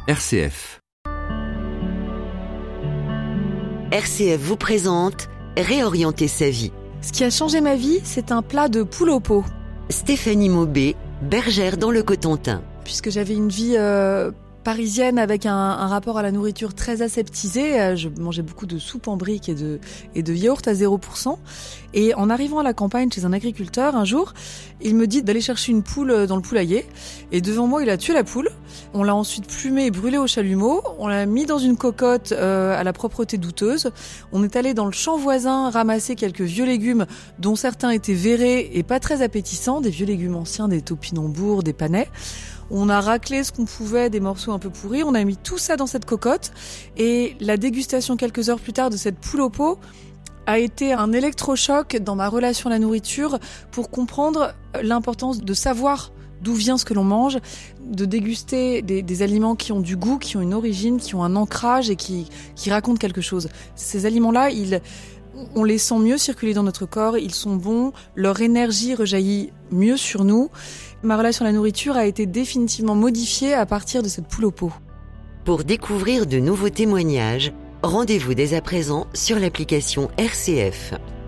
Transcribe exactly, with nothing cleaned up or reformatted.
R C F. R C F vous présente Réorienter sa vie. Ce qui a changé ma vie, c'est un plat de poule au pot. Stéphanie Maubé, bergère dans le Cotentin. Puisque j'avais une vie euh, parisienne avec un, un rapport à la nourriture très aseptisé, euh, je mangeais beaucoup de soupe en briques et de, et de yaourt à zéro pour cent. Et en arrivant à la campagne chez un agriculteur, un jour, il me dit d'aller chercher une poule dans le poulailler. Et devant moi, il a tué la poule. On l'a ensuite plumée et brûlée au chalumeau. On l'a mis dans une cocotte euh, à la propreté douteuse. On est allé dans le champ voisin ramasser quelques vieux légumes dont certains étaient verrés et pas très appétissants, des vieux légumes anciens, des topinambours, des panais. On a raclé ce qu'on pouvait, des morceaux un peu pourris. On a mis tout ça dans cette cocotte. Et la dégustation quelques heures plus tard de cette poule au pot a été un électrochoc dans ma relation à la nourriture pour comprendre l'importance de savoir d'où vient ce que l'on mange, de déguster des, des aliments qui ont du goût, qui ont une origine, qui ont un ancrage et qui, qui racontent quelque chose. Ces aliments-là, ils, on les sent mieux circuler dans notre corps, ils sont bons, leur énergie rejaillit mieux sur nous. Ma relation à la nourriture a été définitivement modifiée à partir de cette poule au pot. Pour découvrir de nouveaux témoignages, rendez-vous dès à présent sur l'application R C F.